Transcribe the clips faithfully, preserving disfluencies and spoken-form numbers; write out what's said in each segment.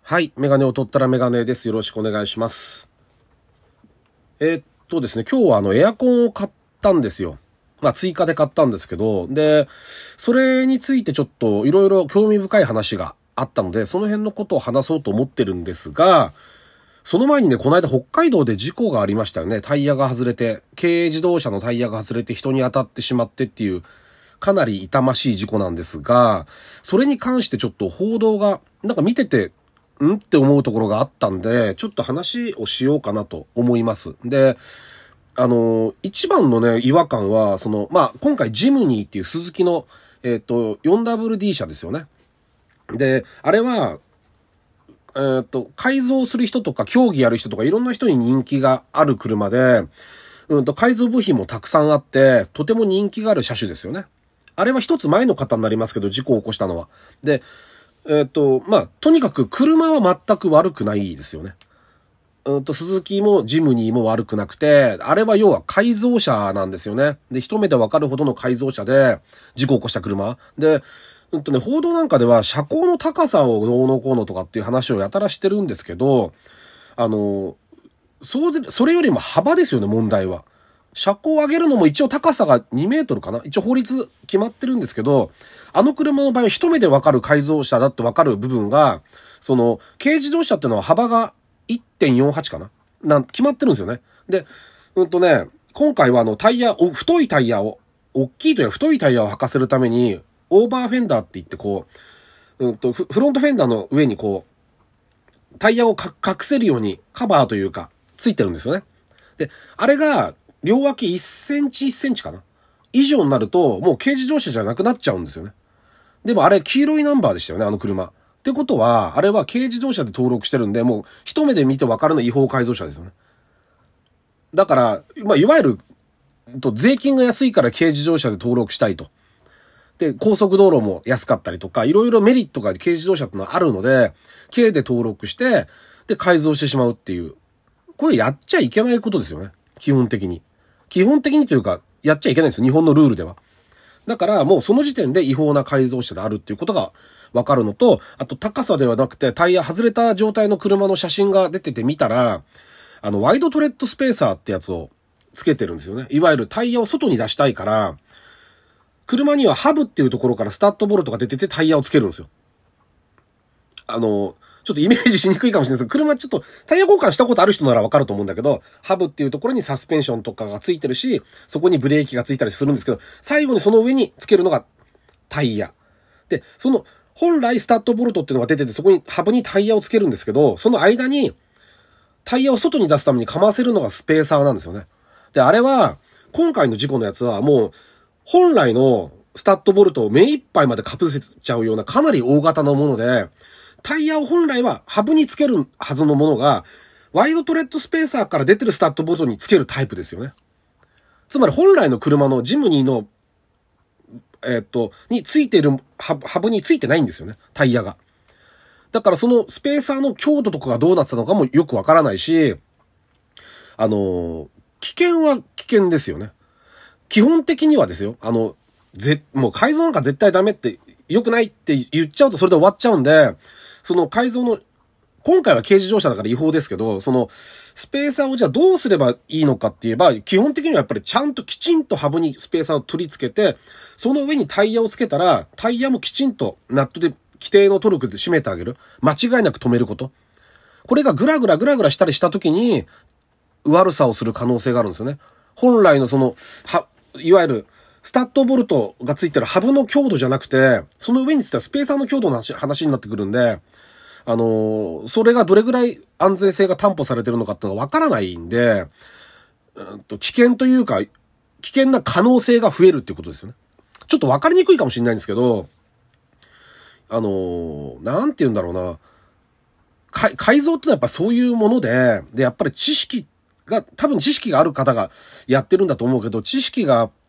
はい。メガネを取ったらメガネです。よろしくお願いします。えーっとですね、今日はあのエアコンを買ったんですよ。まあ追加で買ったんですけど、で、それについてちょっといろいろ興味深い話があったので、その辺のことを話そうと思ってるんですが、その前にね、この間北海道で事故がありましたよね。タイヤが外れて、軽自動車のタイヤが外れて人に当たってしまってっていう、かなり痛ましい事故なんですが、それに関してちょっと報道が、なんか見てて、んって思うところがあったんで、ちょっと話をしようかなと思います。で、あの、一番のね、違和感は、その、まあ、今回ジムニーっていうスズキの、えっと、フォーダブリューディー 車ですよね。で、あれは、えっと、改造する人とか競技やる人とかいろんな人に人気がある車で、うんと、改造部品もたくさんあって、とても人気がある車種ですよね。あれは一つ前の方になりますけど、事故を起こしたのは。で、えっと、まあ、とにかく車は全く悪くないですよね。うんと、スズキもジムニーも悪くなくて、あれは要は改造車なんですよね。で、一目でわかるほどの改造車で、事故を起こした車。で、うんとね、報道なんかでは車高の高さをどうのこうのとかっていう話をやたらしてるんですけど、あの、そうで、それよりも幅ですよね、問題は。車高を上げるのも一応高さがにメートルかな、一応法律決まってるんですけど、あの車の場合は一目でわかる改造車だってわかる部分が、その、軽自動車っていうのは幅が いってんよんはち かななん、決まってるんですよね。で、うんとね、今回はあのタイヤ、太いタイヤを、大きいというか太いタイヤを履かせるために、オーバーフェンダーって言ってこう、うんと、フロントフェンダーの上にこう、タイヤを隠せるようにカバーというか、ついてるんですよね。で、あれが、両脇いっセンチいっセンチかな以上になると、もう軽自動車じゃなくなっちゃうんですよね。でもあれ、黄色いナンバーでしたよね、あの車。ってことは、あれは軽自動車で登録してるんで、もう一目で見てわかるの違法改造車ですよね。だから、まあ、いわゆる、と税金が安いから軽自動車で登録したいと。で、高速道路も安かったりとか、いろいろメリットが軽自動車ってのはあるので、軽で登録して、で、改造してしまうっていう。これやっちゃいけないことですよね。基本的に。基本的にというか、やっちゃいけないんですよ。日本のルールでは。だからもうその時点で違法な改造車であるっていうことがわかるのと、あと高さではなくてタイヤ外れた状態の車の写真が出ててみたら、あの、ワイドトレッドスペーサーってやつをつけてるんですよね。いわゆるタイヤを外に出したいから、車にはハブっていうところからスタッドボルトが出ててタイヤをつけるんですよ。あの、ちょっとイメージしにくいかもしれないですけど、車ちょっとタイヤ交換したことある人ならわかると思うんだけど、ハブっていうところにサスペンションとかがついてるし、そこにブレーキがついたりするんですけど、最後にその上につけるのがタイヤ。で、その、本来スタッドボルトっていうのが出てて、そこにハブにタイヤをつけるんですけど、その間にタイヤを外に出すためにかませるのがスペーサーなんですよね。で、あれは、今回の事故のやつはもう、本来のスタッドボルトを目いっぱいまでかぶせちゃうようなかなり大型のもので、タイヤを本来はハブにつけるはずのものが、ワイドトレッドスペーサーから出てるスタッドボルトにつけるタイプですよね。つまり本来の車のジムニーの、えー、っと、についているハブ、ハブについてないんですよね。タイヤが。だからそのスペーサーの強度とかがどうなってたのかもよくわからないし、あのー、危険は危険ですよね。基本的にはですよ。あの、ぜ、もう改造なんか絶対ダメって、良くないって言っちゃうとそれで終わっちゃうんで、その改造の、今回は軽自動車だから違法ですけど、その、スペーサーをじゃあどうすればいいのかって言えば、基本的にはやっぱりちゃんときちんとハブにスペーサーを取り付けて、その上にタイヤをつけたら、タイヤもきちんとナットで規定のトルクで締めてあげる。間違いなく止めること。これがグラグラグラグラしたりした時に、悪さをする可能性があるんですよね。本来のその、は、いわゆる、スタッドボルトがついてるハブの強度じゃなくて、その上についたスペーサーの強度の話になってくるんで、あのー、それがどれぐらい安全性が担保されてるのかっていうのがわからないんで、うんと、危険というか、危険な可能性が増えるっていうことですよね。ちょっとわかりにくいかもしれないんですけど、あのー、なんて言うんだろうな。改造ってのはやっぱそういうもので、で、やっぱり知識が、多分知識がある方がやってるんだと思うけど、知識があって、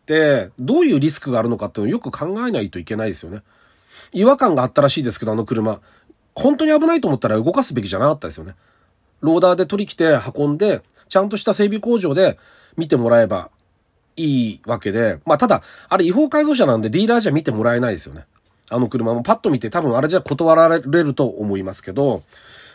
どういうリスクがあるのかっていうのをよく考えないといけないですよね。違和感があったらしいですけど、あの車。本当に危ないと思ったら動かすべきじゃなかったですよね。ローダーで取り来て運んで、ちゃんとした整備工場で見てもらえばいいわけで、まあただ、あれ違法改造車なんでディーラーじゃ見てもらえないですよね。あの車もパッと見て多分あれじゃ断られると思いますけど、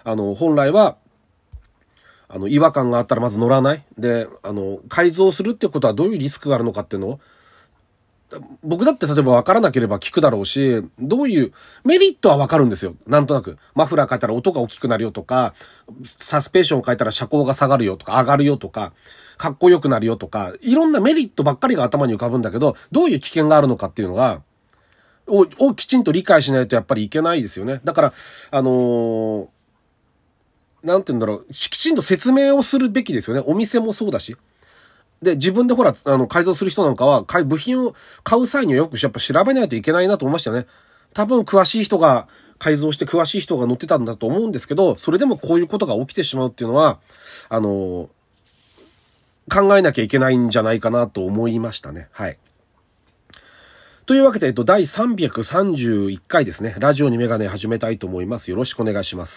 あの、本来は、あの、違和感があったらまず乗らない。で、あの、改造するってことはどういうリスクがあるのかっていうのを、僕だって例えば分からなければ聞くだろうし、どういうメリットは分かるんですよ。なんとなく。マフラー変えたら音が大きくなるよとか、サスペンションを変えたら車高が下がるよとか、上がるよとか、かっこよくなるよとか、いろんなメリットばっかりが頭に浮かぶんだけど、どういう危険があるのかっていうのが、を、をきちんと理解しないとやっぱりいけないですよね。だから、あのー、なんて言うんだろう、きちんと説明をするべきですよね。お店もそうだし。で、自分でほら、あの、改造する人なんかは、部品を買う際にはよくやっぱ調べないといけないなと思いましたね。多分詳しい人が、改造して詳しい人が乗ってたんだと思うんですけど、それでもこういうことが起きてしまうっていうのは、あの、考えなきゃいけないんじゃないかなと思いましたね。はい。というわけで、えっと、だいさんびゃくさんじゅういっかいですね。ラジオにメガネ始めたいと思います。よろしくお願いします。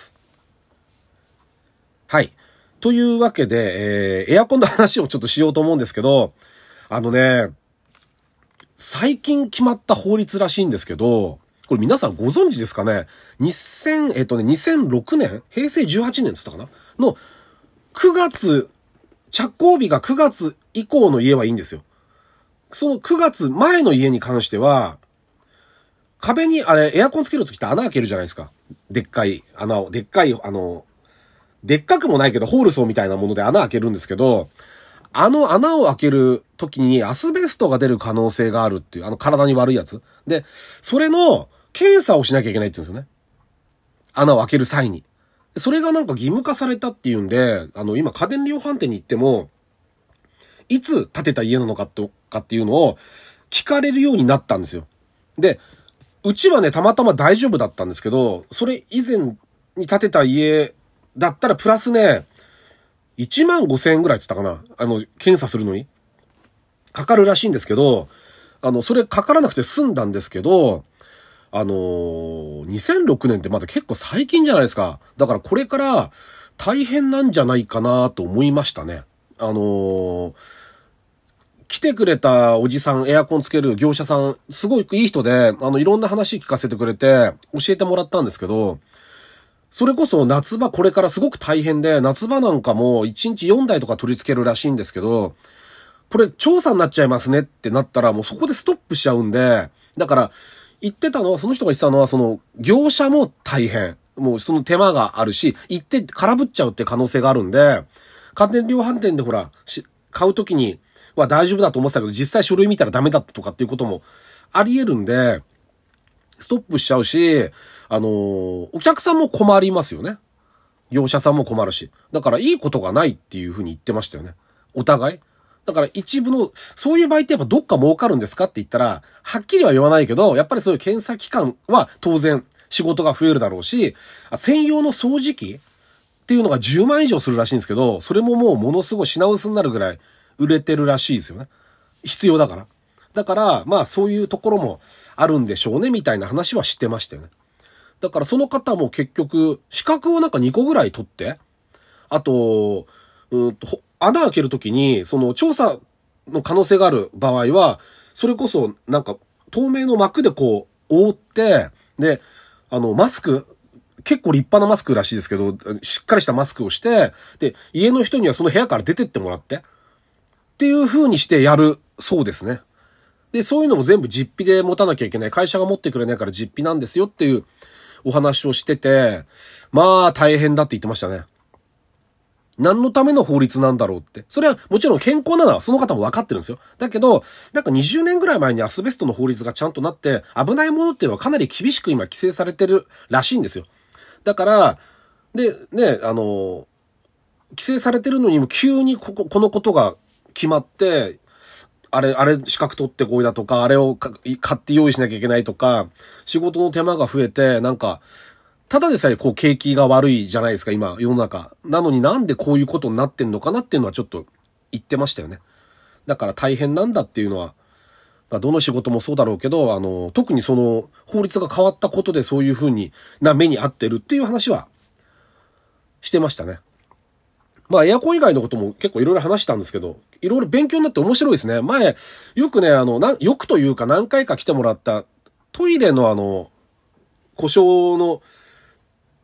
はい。というわけで、えー、エアコンの話をちょっとしようと思うんですけど、あのね、最近決まった法律らしいんですけど、これ皆さんご存知ですかね？ にせん、えっとね、にせんろくねん、平成じゅうはちねんつったかなのくがつ、着工日がくがつ以降の家はいいんですよ。そのくがつまえの家に関しては、壁にあれ、エアコンつけるときって穴開けるじゃないですか。でっかい穴を、でっかい、あの、でっかくもないけど、ホールソーみたいなもので穴開けるんですけど、あの穴を開ける時にアスベストが出る可能性があるっていう、あの体に悪いやつ。で、それの検査をしなきゃいけないって言うんですよね。穴を開ける際に。それがなんか義務化されたっていうんで、あの、今家電量販店に行っても、いつ建てた家なのかとかっていうのを聞かれるようになったんですよ。で、うちはね、たまたま大丈夫だったんですけど、それ以前に建てた家だったらプラスね、いちまんごせんえんぐらいって言ったかな。あの、検査するのに。かかるらしいんですけど、あの、それかからなくて済んだんですけど、あのー、にせんろくねんってまだ結構最近じゃないですか。だからこれから大変なんじゃないかなと思いましたね。あのー、来てくれたおじさん、エアコンつける業者さん、すごくいい人で、あの、いろんな話聞かせてくれて、教えてもらったんですけど、それこそ夏場これからすごく大変で、夏場なんかもいちにちよんだいとか取り付けるらしいんですけど、これ調査になっちゃいますねってなったらもうそこでストップしちゃうんで、だから言ってたのは、その人が言ってたのは、その業者も大変。もうその手間があるし、行って空振っちゃうって可能性があるんで、家電量販店でほら、買うときには大丈夫だと思ってたけど、実際書類見たらダメだったとかっていうこともあり得るんで、ストップしちゃうし、あのー、お客さんも困りますよね。業者さんも困るし。だからいいことがないっていうふうに言ってましたよね。お互い。だから一部の、そういう場合ってやっぱどっか儲かるんですかって言ったら、はっきりは言わないけど、やっぱりそういう検査機関は当然仕事が増えるだろうし、専用の掃除機っていうのがじゅうまん以上するらしいんですけど、それももうものすごい品薄になるぐらい売れてるらしいですよね。必要だから。だから、まあそういうところもあるんでしょうね、みたいな話はしてましたよね。だからその方も結局、資格をなんかにこぐらい取って、あと、うんと、穴開けるときに、その調査の可能性がある場合は、それこそなんか透明の膜でこう覆って、で、あの、マスク、結構立派なマスクらしいですけど、しっかりしたマスクをして、で、家の人にはその部屋から出てってもらって、っていう風にしてやるそうですね。で、そういうのも全部実費で持たなきゃいけない。会社が持ってくれないから実費なんですよっていうお話をしてて、まあ大変だって言ってましたね。何のための法律なんだろうって。それはもちろん健康なのはその方も分かってるんですよ。だけど、なんかにじゅうねんぐらい前にアスベストの法律がちゃんとなって、危ないものっていうのはかなり厳しく今規制されてるらしいんですよ。だから、で、ね、あの、規制されてるのにも急にここ、このことが決まって、あれ、あれ資格取ってこいだとか、あれを買って用意しなきゃいけないとか、仕事の手間が増えて、なんか、ただでさえこう景気が悪いじゃないですか、今、世の中。なのになんでこういうことになってんのかなっていうのはちょっと言ってましたよね。だから大変なんだっていうのは、まあ、どの仕事もそうだろうけど、あの、特にその法律が変わったことでそういう風にな目に遭ってるっていう話はしてましたね。まあエアコン以外のことも結構いろいろ話したんですけど、いろいろ勉強になって面白いですね。前、よくね、あの、な、よくというか何回か来てもらったトイレのあの、故障の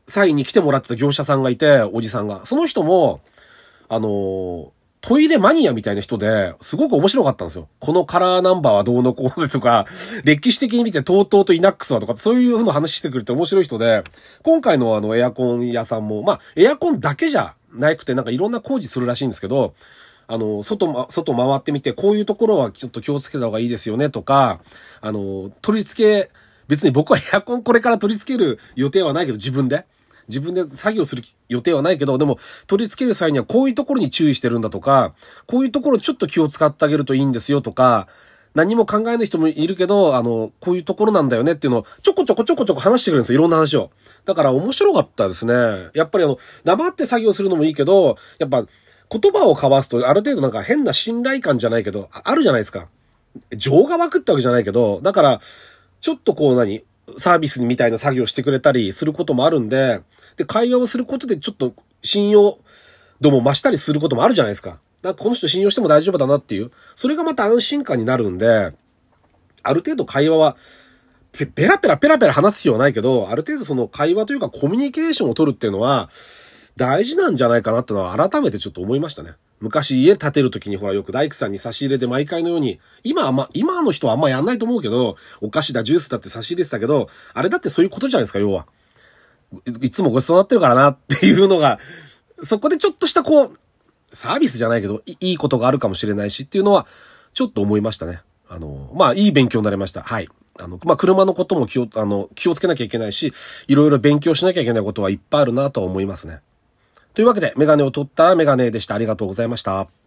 際に来てもらってた業者さんがいて、おじさんが。その人も、あのー、トイレマニアみたいな人で、すごく面白かったんですよ。このカラーナンバーはどうのこうのとか、歴史的に見て トートー と イナックス はとか、そういう風な話してくれて面白い人で、今回のあのエアコン屋さんも、まあ、エアコンだけじゃなくて、なんかいろんな工事するらしいんですけど、あの、外ま、外回ってみて、こういうところはちょっと気をつけた方がいいですよねとか、あの、取り付け、別に僕はエアコンこれから取り付ける予定はないけど、自分で。自分で作業する予定はないけど、でも取り付ける際にはこういうところに注意してるんだとか、こういうところちょっと気を使ってあげるといいんですよとか、何も考えない人もいるけど、あの、こういうところなんだよねっていうのをちょこちょこちょこちょこ話してくれるんですよ。いろんな話を。だから面白かったですね。やっぱりあの、黙って作業するのもいいけど、やっぱ言葉を交わすとある程度なんか変な信頼感じゃないけど、あるじゃないですか。情が湧くってわけじゃないけど、だから、ちょっとこう何サービスみたいな作業してくれたりすることもあるんで、で、会話をすることでちょっと信用度も増したりすることもあるじゃないですか。だからこの人信用しても大丈夫だなっていう。それがまた安心感になるんで、ある程度会話は、ペペラペラペラペラ話す必要はないけど、ある程度その会話というかコミュニケーションを取るっていうのは、大事なんじゃないかなってのは改めてちょっと思いましたね。昔家建てるときにほらよく大工さんに差し入れて毎回のように、今はま、今の人はあんまやんないと思うけど、お菓子だジュースだって差し入れてたけど、あれだってそういうことじゃないですか、要は。いつもごちそうになってるからなっていうのが、そこでちょっとしたこう、サービスじゃないけど、いいことがあるかもしれないしっていうのは、ちょっと思いましたね。あの、まあ、いい勉強になりました。はい。あの、まあ、車のことも気を、あの、気をつけなきゃいけないし、いろいろ勉強しなきゃいけないことはいっぱいあるなとは思いますね。というわけで、メガネを取ったメガネでした。ありがとうございました。